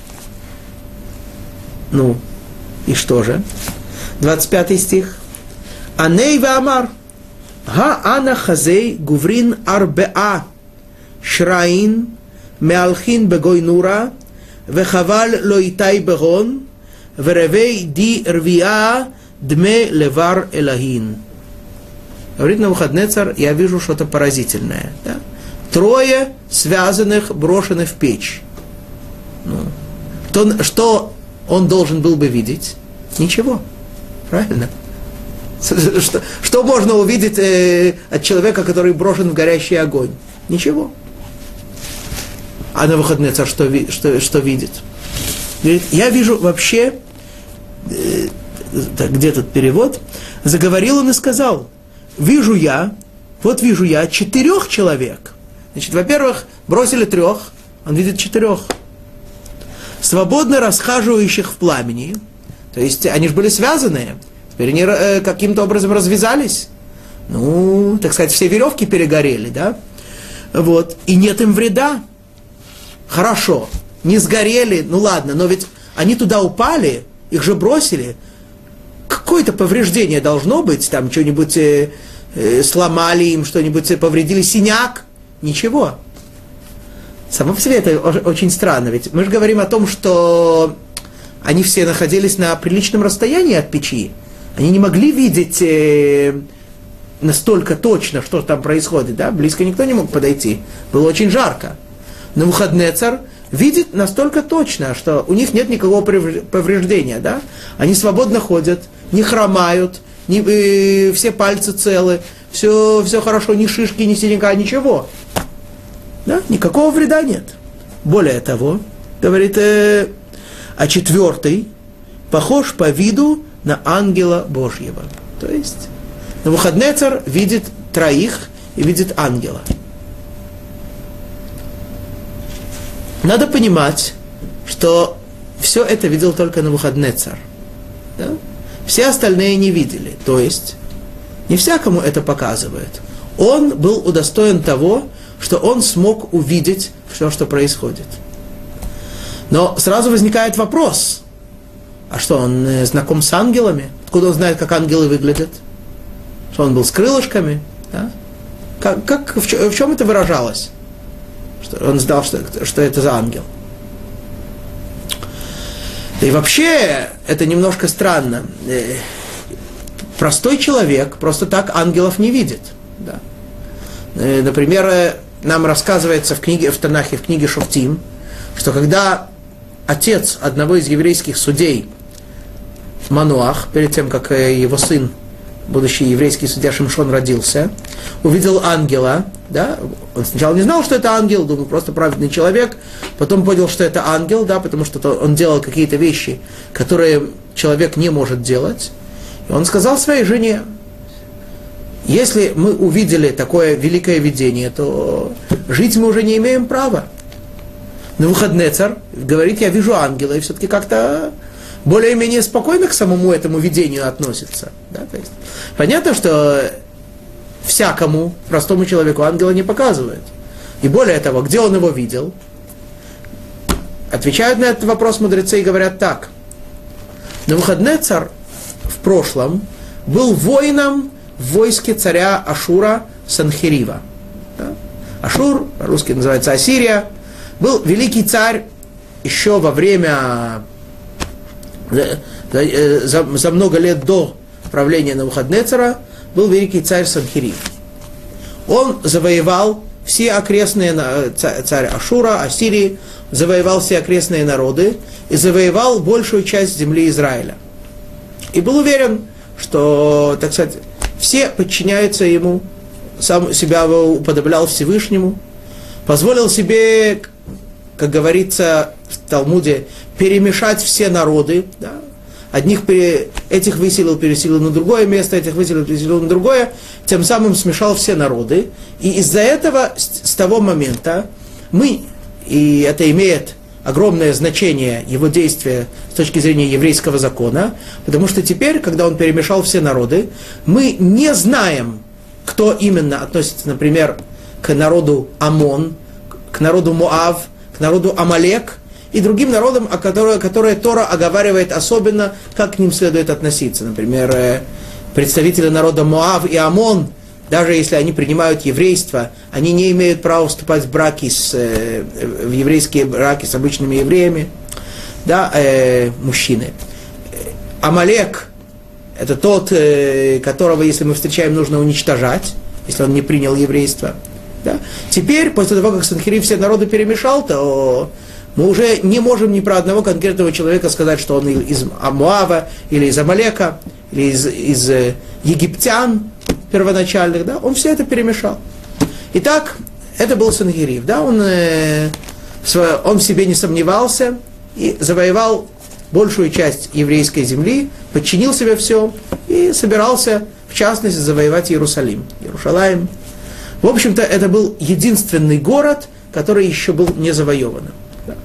Ну, и что же? 25 стих. «Аней ваамар, ха-ана хазей гуврин арбеа, шраин, меалхин бегой нура, вехавал лоитай бегон, веревей ди рвия дме левар элахин». Говорит Навуходоносор: «Я вижу что-то поразительное. Да? 3 связанных, брошенных в печь». Ну, что он должен был бы видеть? Ничего. Правильно? Что можно увидеть от человека, который брошен в горящий огонь? Ничего. А Навуходоносор что видит? Говорит: «Я вижу вообще...» где тут перевод? «Заговорил он и сказал: вижу я 4 человек». Значит, во-первых, бросили 3, он видит 4. Свободно расхаживающих в пламени. То есть они же были связанные. Теперь они каким-то образом развязались. Ну, так сказать, все веревки перегорели, да? Вот. И нет им вреда. Хорошо. Не сгорели, ну ладно, но ведь они туда упали, их же бросили. Какое-то повреждение должно быть, там что-нибудь сломали им, что-нибудь повредили, синяк. Ничего. Само по себе это очень странно, ведь мы же говорим о том, что они все находились на приличном расстоянии от печи. Они не могли видеть настолько точно, что там происходит, да? Близко никто не мог подойти. Было очень жарко. Но Навуходоносор видит настолько точно, что у них нет никакого повреждения, да? Они свободно ходят, не хромают, все пальцы целы, все хорошо, ни шишки, ни синяка, ничего. Да? Никакого вреда нет. Более того, говорит, а 4 похож по виду на ангела Божьего. То есть Навуходоносор видит 3 и видит ангела. Надо понимать, что все это видел только Навуходоносор. Да? Все остальные не видели. То есть не всякому это показывает. Он был удостоен того, что он смог увидеть все, что происходит. Но сразу возникает вопрос: а что, он знаком с ангелами? Откуда он знает, как ангелы выглядят? Что он был с крылышками? Да? В чем это выражалось? Что он знал, что это за ангел? Да и вообще, это немножко странно. Простой человек просто так ангелов не видит. Да? Например, нам рассказывается в Танахе, в книге Шофтим, что когда отец одного из еврейских судей, Мануах, перед тем, как его сын, будущий еврейский судья Шимшон, родился, увидел ангела, да? Он сначала не знал, что это ангел, думал, просто праведный человек, потом понял, что это ангел, да, потому что он делал какие-то вещи, которые человек не может делать. И он сказал своей жене: если мы увидели такое великое видение, то жить мы уже не имеем права. Навуходоносор говорит: я вижу ангела, и все-таки как-то более-менее спокойно к самому этому видению относится. Да? То есть, понятно, что всякому простому человеку ангела не показывают. И более того, где он его видел? Отвечают на этот вопрос мудрецы и говорят так: Навуходоносор в прошлом был воином в войске царя Ашура Санхерива. Да? Ашур, по-русски называется Ассирия, был великий царь еще во время, за много лет до правления Навуходоносора, был великий царь Санхериб. Он завоевал все окрестные, царь Ашура, Ассирии, завоевал все окрестные народы и завоевал большую часть земли Израиля. И был уверен, что, так сказать, все подчиняются ему, сам себя уподоблял Всевышнему, позволил себе, как говорится в Талмуде, перемешать все народы, да? Этих переселил на другое место, этих переселил на другое, тем самым смешал все народы. И из-за этого, с того момента, и это имеет огромное значение, его действия с точки зрения еврейского закона, потому что теперь, когда он перемешал все народы, мы не знаем, кто именно относится, например, к народу Амон, к народу Моав, к народу Амалек, и другим народам, которые Тора оговаривает особенно, как к ним следует относиться. Например, представители народа Моав и Амон, даже если они принимают еврейство, они не имеют права вступать в еврейские браки с обычными евреями, да, мужчины. Амалек – это тот, которого, если мы встречаем, нужно уничтожать, если он не принял еврейство. Да. Теперь, после того, как Санхериб все народы перемешал, то мы уже не можем ни про одного конкретного человека сказать, что он из Моава, или из Амалека, или из египтян первоначальных, да, он все это перемешал. Итак, это был Санхериб, да, он в себе не сомневался и завоевал большую часть еврейской земли, подчинил себе все и собирался, в частности, завоевать Иерусалим. В общем-то, это был единственный город, который еще был не завоеванным.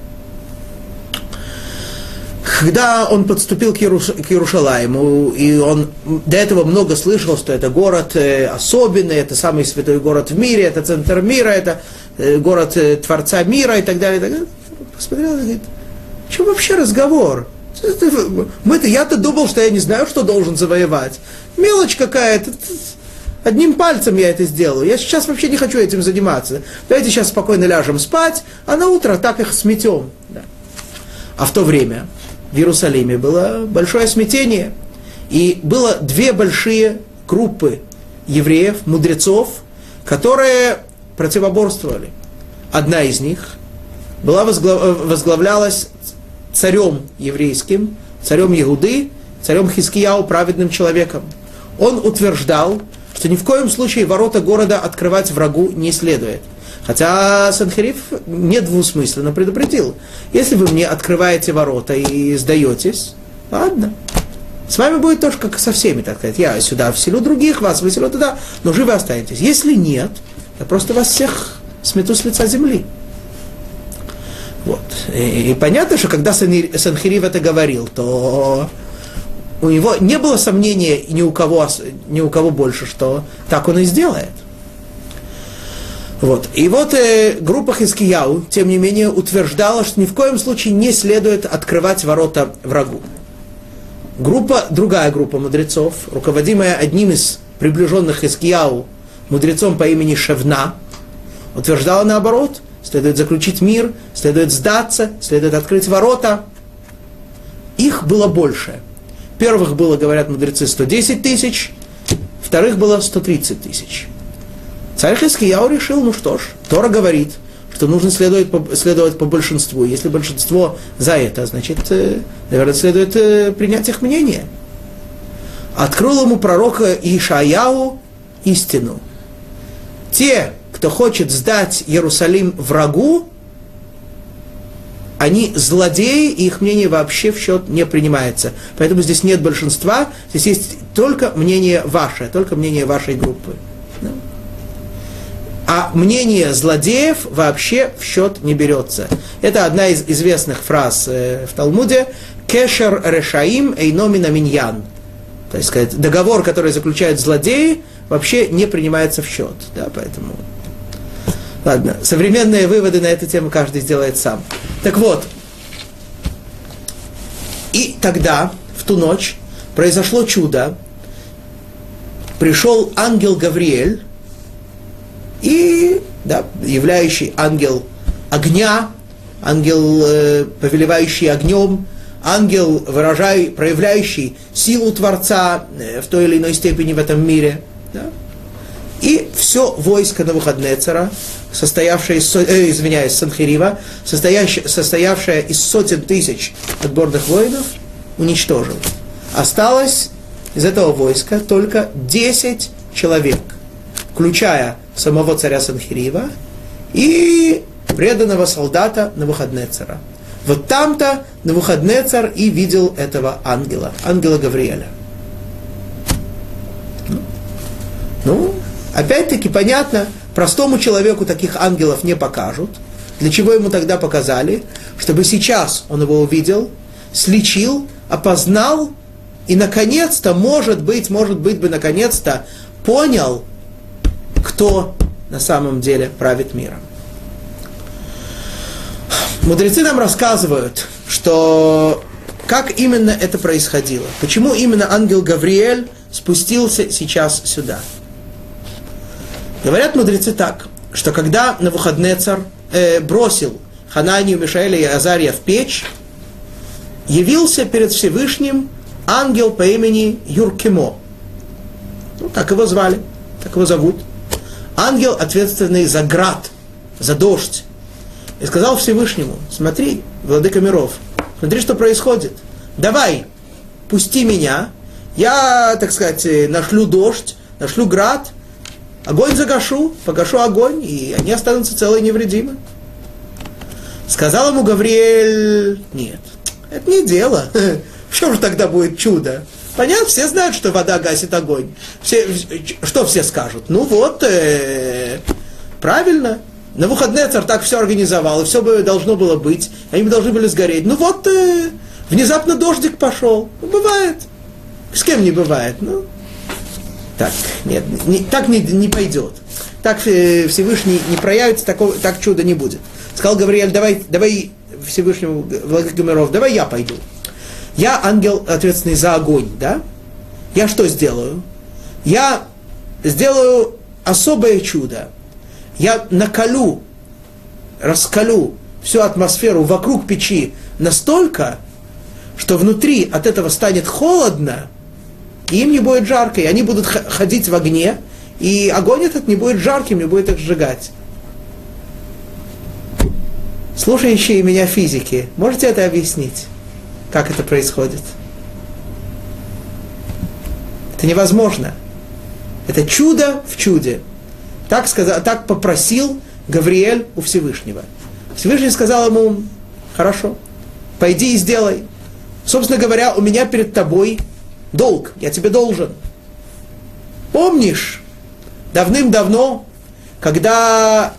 Когда он подступил к Иерушалайму, и он до этого много слышал, что это город особенный, это самый святой город в мире, это центр мира, это город Творца мира и так далее, посмотрел и говорит, что вообще разговор? Я-то думал, что я не знаю, что должен завоевать. Мелочь какая-то, одним пальцем я это сделаю. Я сейчас вообще не хочу этим заниматься. Давайте сейчас спокойно ляжем спать, а на утро так их сметем. Да. А в то время в Иерусалиме было большое смятение. И было две большие группы евреев, мудрецов, которые противоборствовали. Одна из них возглавлялась царем еврейским, царем Иуды, царем Хискияу, праведным человеком. Он утверждал, что ни в коем случае ворота города открывать врагу не следует. Хотя Санхериб недвусмысленно предупредил, если вы мне открываете ворота и сдаетесь, ладно, с вами будет тоже как со всеми, так сказать. Я сюда вселю других, вас выселю туда, но живы останетесь. Если нет, я просто вас всех смету с лица земли. Вот. И понятно, что когда Санхериб это говорил, то у него не было сомнения ни у кого больше, что так он и сделает. Вот. И вот группа Хискияу, тем не менее, утверждала, что ни в коем случае не следует открывать ворота врагу. Другая группа мудрецов, руководимая одним из приближенных Хискияу, мудрецом по имени Шевна, утверждала наоборот, следует заключить мир, следует сдаться, следует открыть ворота. Их было больше. Первых было, говорят мудрецы, 110 тысяч, вторых было 130 тысяч. Царь Хискияу решил, ну что ж, Тора говорит, что нужно следовать по большинству. Если большинство за это, значит, наверное, следует принять их мнение. Открыл ему пророк Ишаяу истину. Те, кто хочет сдать Иерусалим врагу, они злодеи, и их мнение вообще в счет не принимается. Поэтому здесь нет большинства, здесь есть только мнение ваше, только мнение вашей группы. А мнение злодеев вообще в счет не берется. Это одна из известных фраз в Талмуде. «Кешер решаим эйно мин аминьян». То есть, сказать, договор, который заключают злодеи, вообще не принимается в счет. Да, поэтому... Ладно, современные выводы на эту тему каждый сделает сам. Так вот, и тогда, в ту ночь, произошло чудо. Пришел ангел Гавриэль и да, являющий ангел огня, ангел, повелевающий огнем, ангел, проявляющий силу Творца в той или иной степени в этом мире. Да? И все войско Навуходнецара, состоявшее из, Санхерива, состоявшее из сотен тысяч отборных воинов, уничтожил. Осталось из этого войска только 10 человек, включая самого царя Санхерива и преданного солдата Навуходнецара. Вот там-то Навуходнецар и видел этого ангела Гавриэля. Ну, опять-таки понятно, простому человеку таких ангелов не покажут. Для чего ему тогда показали? Чтобы сейчас он его увидел, сличил, опознал и, наконец-то, может быть бы, наконец-то понял, кто на самом деле правит миром. Мудрецы нам рассказывают, что как именно это происходило, почему именно ангел Гавриэль спустился сейчас сюда. Говорят мудрецы так, что когда Навуходнецар бросил Хананию, Мишаэля и Азария в печь, явился перед Всевышним ангел по имени Юркимо. Ну, так его звали, так его зовут. Ангел, ответственный за град, за дождь. И сказал Всевышнему: смотри, владыка миров, смотри, что происходит. Давай, пусти меня, я, так сказать, нашлю дождь, нашлю град, огонь загашу, погашу огонь, и они останутся целы и невредимы. Сказал ему Гавриэль: нет, это не дело. В чем же тогда будет чудо? Понятно, все знают, что вода гасит огонь. Что все скажут? Ну вот, правильно. Навуходнецар так все организовал, и все бы должно было быть, они бы должны были сгореть. Ну вот, внезапно дождик пошел. Ну, бывает. С кем не бывает? Ну, так, нет, так не пойдет. Так Всевышний не проявится, так чуда не будет. Сказал Гавриэль: давай Всевышнему, владыка миров, давай я пойду. Я ангел, ответственный за огонь, да? Я что сделаю? Я сделаю особое чудо. Я раскалю всю атмосферу вокруг печи настолько, что внутри от этого станет холодно, и им не будет жарко, и они будут ходить в огне, и огонь этот не будет жарким, не будет их сжигать. Слушающие меня физики, можете это объяснить? Как это происходит? Это невозможно. Это чудо в чуде. Так попросил Гавриэль у Всевышнего. Всевышний сказал ему: хорошо, пойди и сделай. Собственно говоря, у меня перед тобой долг, я тебе должен. Помнишь, давным-давно, когда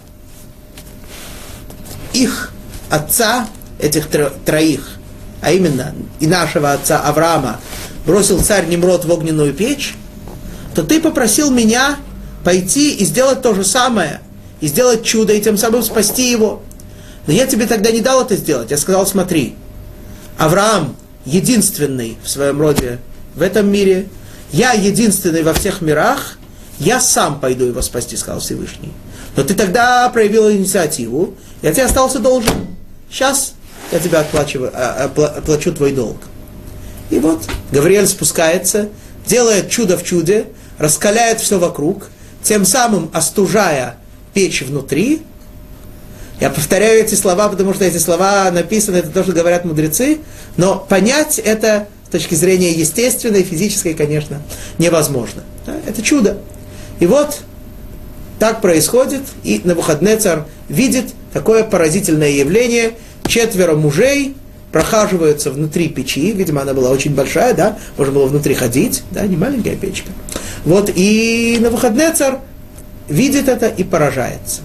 их отца, этих троих, а именно и нашего отца Авраама, бросил царь Нимрод в огненную печь, то ты попросил меня пойти и сделать то же самое, и сделать чудо, и тем самым спасти его. Но я тебе тогда не дал это сделать. Я сказал: смотри, Авраам единственный в своем роде в этом мире, я единственный во всех мирах, я сам пойду его спасти, сказал Всевышний. Но ты тогда проявил инициативу, я тебе остался должен. Сейчас я тебе оплачу твой долг. И вот Гавриэль спускается, делает чудо в чуде, раскаляет все вокруг, тем самым остужая печь внутри. Я повторяю эти слова, потому что эти слова написаны, это то, что говорят мудрецы, но понять это с точки зрения естественной, физической, конечно, невозможно. Это чудо. И вот так происходит, и Навуходнецар видит такое поразительное явление. 4 мужей прохаживаются внутри печи, видимо, она была очень большая, да, можно было внутри ходить, да, не маленькая печка. Вот, и Навуходнецар видит это и поражается.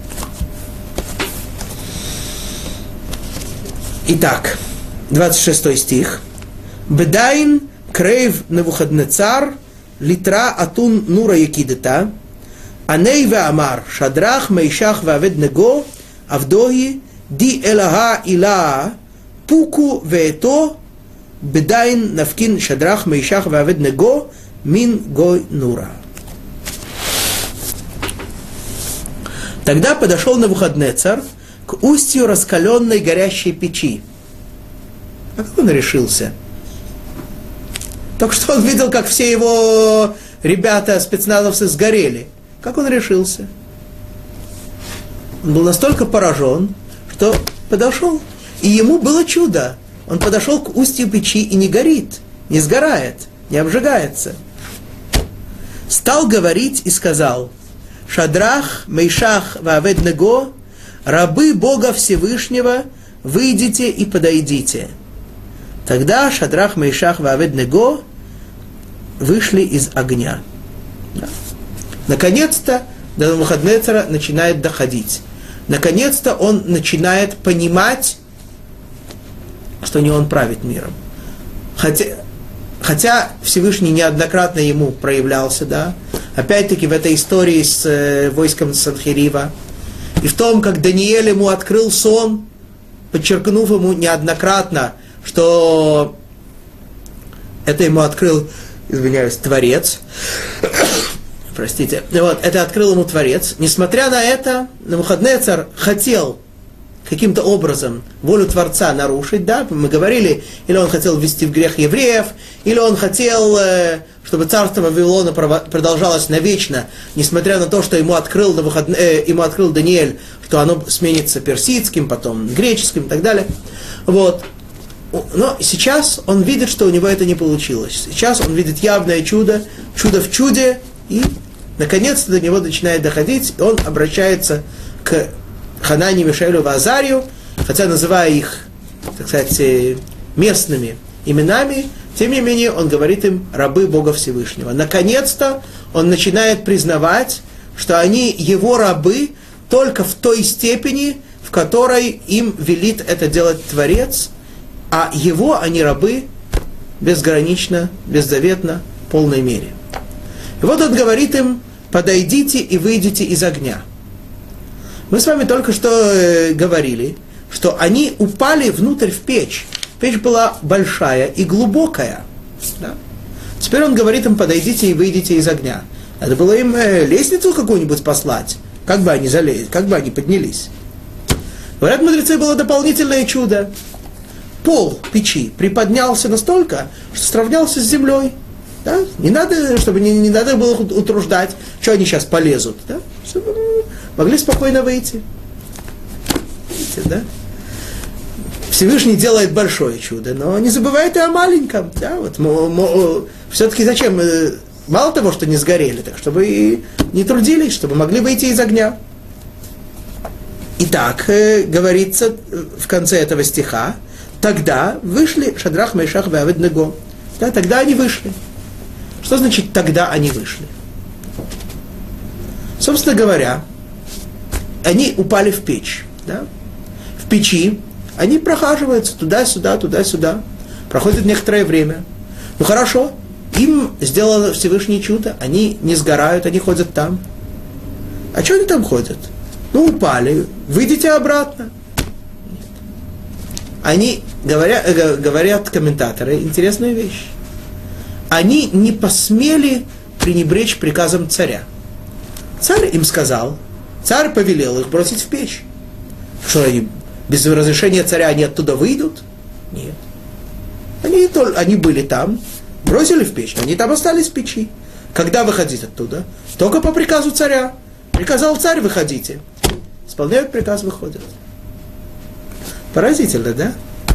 Итак, 26 стих. Бедайн крейв Навуходнецар литра атун нура якидета аней веамар шадрах мейшах ваведnego авдои ди элаха илаа пуку веето бедайн навкин шадрах мейшах ваведnego мин гой нура. Тогда подошел Навуходнецар к устью раскаленной горящей печи. А как он решился? Только что он видел, как все его ребята, спецназовцы, сгорели. Как он решился? Он был настолько поражен, что подошел. И ему было чудо. Он подошел к устью печи и не горит, не сгорает, не обжигается. Стал говорить и сказал: «Шадрах, Мейшах, Ваавед-Него, рабы Бога Всевышнего, выйдите и подойдите». Тогда Шадрах, Мейшах, Ваавед-Него вышли из огня. Да. Наконец-то до Навуходнецара начинает доходить. Наконец-то он начинает понимать, что не он правит миром. Хотя Всевышний неоднократно ему проявлялся, да, опять-таки в этой истории с войском Санхерива, и в том, как Даниэль ему открыл сон, подчеркнув ему неоднократно, что это ему открыл, извиняюсь, Творец. Простите. Вот, это открыл ему Творец. Несмотря на это, Навуходнецар хотел каким-то образом волю Творца нарушить, да, мы говорили, или он хотел ввести в грех евреев, или он хотел, чтобы царство Вавилона продолжалось навечно, несмотря на то, что ему открыл Даниэль, что оно сменится персидским, потом греческим и так далее. Вот. Но сейчас он видит, что у него это не получилось. Сейчас он видит явное чудо, чудо в чуде, и наконец-то до него начинает доходить, и он обращается к Ханане, Мишаэлю, Азарию, хотя называя их, так сказать, местными именами, тем не менее он говорит им рабы Бога Всевышнего. Наконец-то он начинает признавать, что они его рабы только в той степени, в которой им велит это делать Творец, а его они рабы безгранично, беззаветно, в полной мере. И вот он говорит им: подойдите и выйдите из огня. Мы с вами только что говорили, что они упали внутрь в печь. Печь была большая и глубокая. Да? Теперь он говорит им: подойдите и выйдите из огня. Надо было им лестницу какую-нибудь послать. Как бы они залезли, как бы они поднялись. Говорят мудрецы, было дополнительное чудо. Пол печи приподнялся настолько, что сравнялся с землей. Да? Не надо, чтобы не надо было утруждать, что они сейчас полезут. Да? Чтобы могли спокойно выйти. Видите, да? Всевышний делает большое чудо, но не забывает и о маленьком. Да? Вот, все-таки зачем? Мало того, что не сгорели, так чтобы и не трудились, чтобы могли выйти из огня. Итак, говорится в конце этого стиха: тогда вышли Шадрах, Мейшах и Авед-Него. Да, тогда они вышли. Что значит «тогда они вышли»? Собственно говоря, они упали в печь. Да? В печи они прохаживаются туда-сюда, туда-сюда. Проходит некоторое время. Ну хорошо, им сделало Всевышнее чудо, они не сгорают, они ходят там. А что они там ходят? Ну, упали, выйдите обратно. Они, говорят комментаторы, интересную вещь. Они не посмели пренебречь приказом царя. Царь им сказал, царь повелел их бросить в печь. Что они, без разрешения царя они оттуда выйдут? Нет. Они были там, бросили в печь, они там остались в печи. Когда выходить оттуда? Только по приказу царя. Приказал царь, выходите. Исполняют приказ, выходят. Поразительно, да?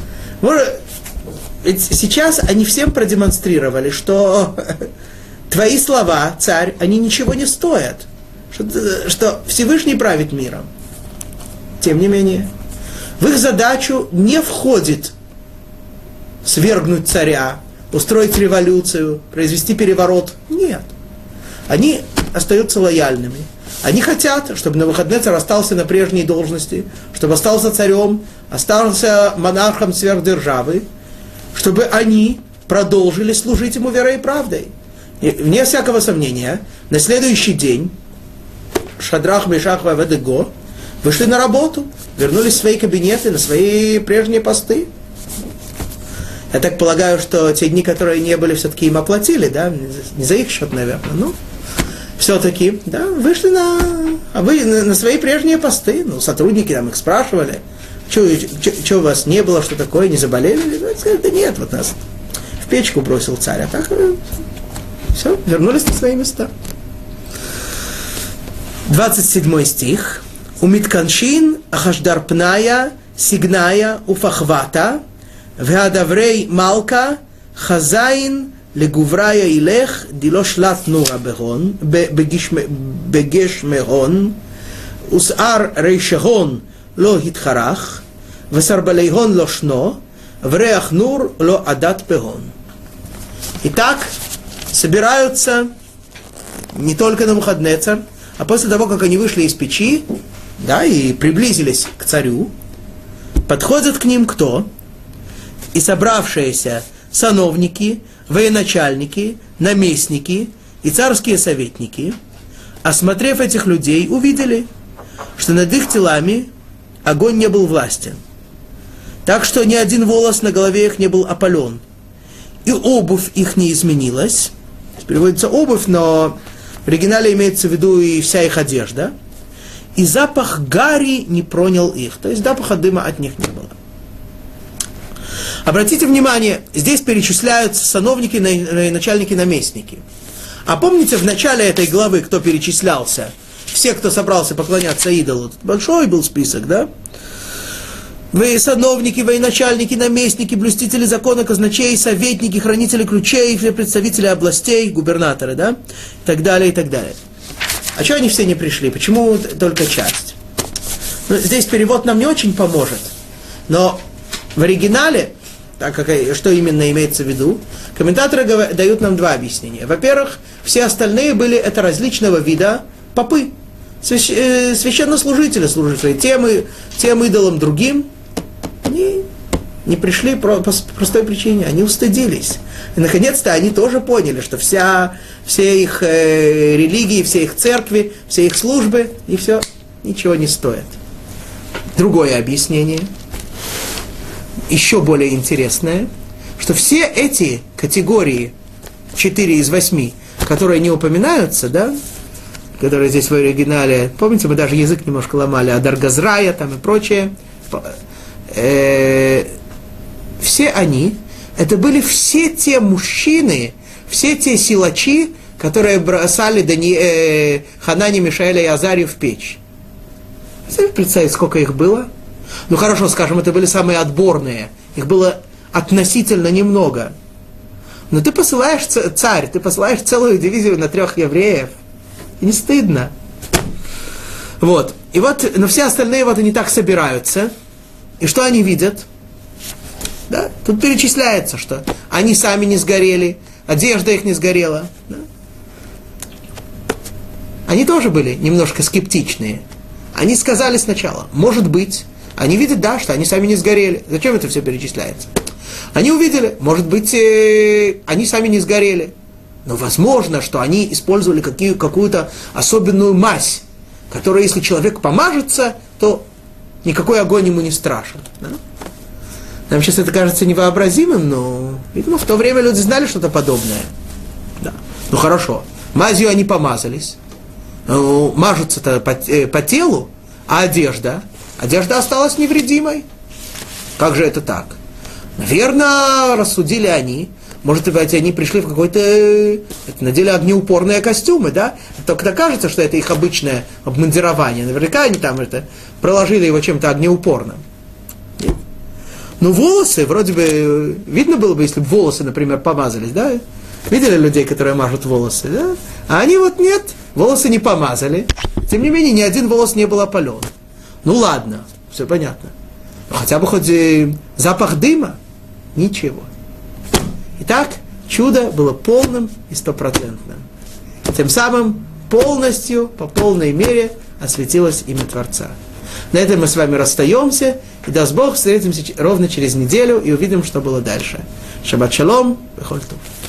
Ведь сейчас они всем продемонстрировали, что твои слова, царь, они ничего не стоят. Что Всевышний правит миром. Тем не менее, в их задачу не входит свергнуть царя, устроить революцию, произвести переворот. Нет. Они остаются лояльными. Они хотят, чтобы Навуходнецар остался на прежней должности, чтобы остался царем, остался монархом сверхдержавы, чтобы они продолжили служить ему верой и правдой. И, вне всякого сомнения, на следующий день Шадрах, Мейшах и Авед-Него вышли на работу, вернулись в свои кабинеты, на свои прежние посты. Я так полагаю, что те дни, которые не были, все-таки им оплатили, да, не за их счет, наверное. Ну, все-таки, да, вышли на свои прежние посты. Ну, сотрудники там их спрашивали, что у вас не было, что такое, не заболели? Ну, сказали, да нет, вот нас в печку бросил царь, а так все, вернулись на свои места. 27 стих. Умитканшин ахашдар пная сигная уфахвата веадаврей малка хазайн לגובריה ילך, דילו שלט נורה בהון, בגש מהון, וסער רישי הון לא התחרך, וסרבלי הון לא שנו, וריח нур לא עדת בהון. Итак, собираются не только Навуходоносор, а после того, как они вышли из печи, да, и приблизились к царю, подходят к ним кто? И собравшиеся сановники, военачальники, наместники и царские советники, осмотрев этих людей, увидели, что над их телами огонь не был властен. Так что ни один волос на голове их не был опален. И обувь их не изменилась. Переводится обувь, но в оригинале имеется в виду и вся их одежда. И запах гари не пронял их. То есть запаха дыма от них не было. Обратите внимание, здесь перечисляются сановники, начальники, наместники. А помните, в начале этой главы кто перечислялся? Все, кто собрался поклоняться идолу. Тут большой был список, да? Вы сановники, военачальники, наместники, блюстители закона, казначеи, советники, хранители ключей, представители областей, губернаторы, да? И так далее, и так далее. А чего они все не пришли? Почему только часть? Ну, здесь перевод нам не очень поможет. Но в оригинале, так как, что именно имеется в виду, комментаторы дают нам два объяснения. Во-первых, все остальные были это различного вида попы, священнослужители, служители тем идолам другим. Они не пришли по простой причине, они устыдились. И наконец-то они тоже поняли, что все их религии, все их церкви, все их службы, и все ничего не стоят. Другое объяснение, еще более интересное, что все эти категории, 4 из 8, которые не упоминаются, да, которые здесь в оригинале, помните, мы даже язык немножко ломали, Адаргазрая там и прочее, все они, это были все те мужчины, все те силачи, которые бросали Ханани, Мишаэля и Азарию в печь. Представьте, сколько их было? Ну хорошо, скажем, это были самые отборные. Их было относительно немного. Но ты посылаешь, царь, ты посылаешь целую дивизию на 3 евреев. И не стыдно. Вот. И вот, но все остальные вот они так собираются. И что они видят? Да? Тут перечисляется, что они сами не сгорели, одежда их не сгорела. Да? Они тоже были немножко скептичные. Они сказали сначала, может быть, они видят, да, что они сами не сгорели. Зачем это все перечисляется? Они увидели, может быть, они сами не сгорели. Но возможно, что они использовали какую-то особенную мазь, которая, если человек помажется, то никакой огонь ему не страшен. Да? Нам сейчас это кажется невообразимым, но, видимо, в то время люди знали что-то подобное. Да. Ну хорошо, мазью они помазались. Ну, мажутся-то по телу, а одежда осталась невредимой. Как же это так? Наверное, рассудили они. Может быть, они пришли в какой-то... надели огнеупорные костюмы, да? Только кажется, что это их обычное обмундирование. Наверняка они там проложили его чем-то огнеупорным. Нет? Ну, волосы, вроде бы... Видно было бы, если бы волосы, например, помазались, да? Видели людей, которые мажут волосы, да? А они вот нет, волосы не помазали. Тем не менее, ни один волос не был опален. Ну, ладно, все понятно. Но хотя бы хоть запах дыма. Ничего. Итак, чудо было полным и стопроцентным. Тем самым полностью, по полной мере осветилось имя Творца. На этом мы с вами расстаемся, и даст Бог, встретимся ровно через неделю и увидим, что было дальше. Шаббат шалом, бехоль тов.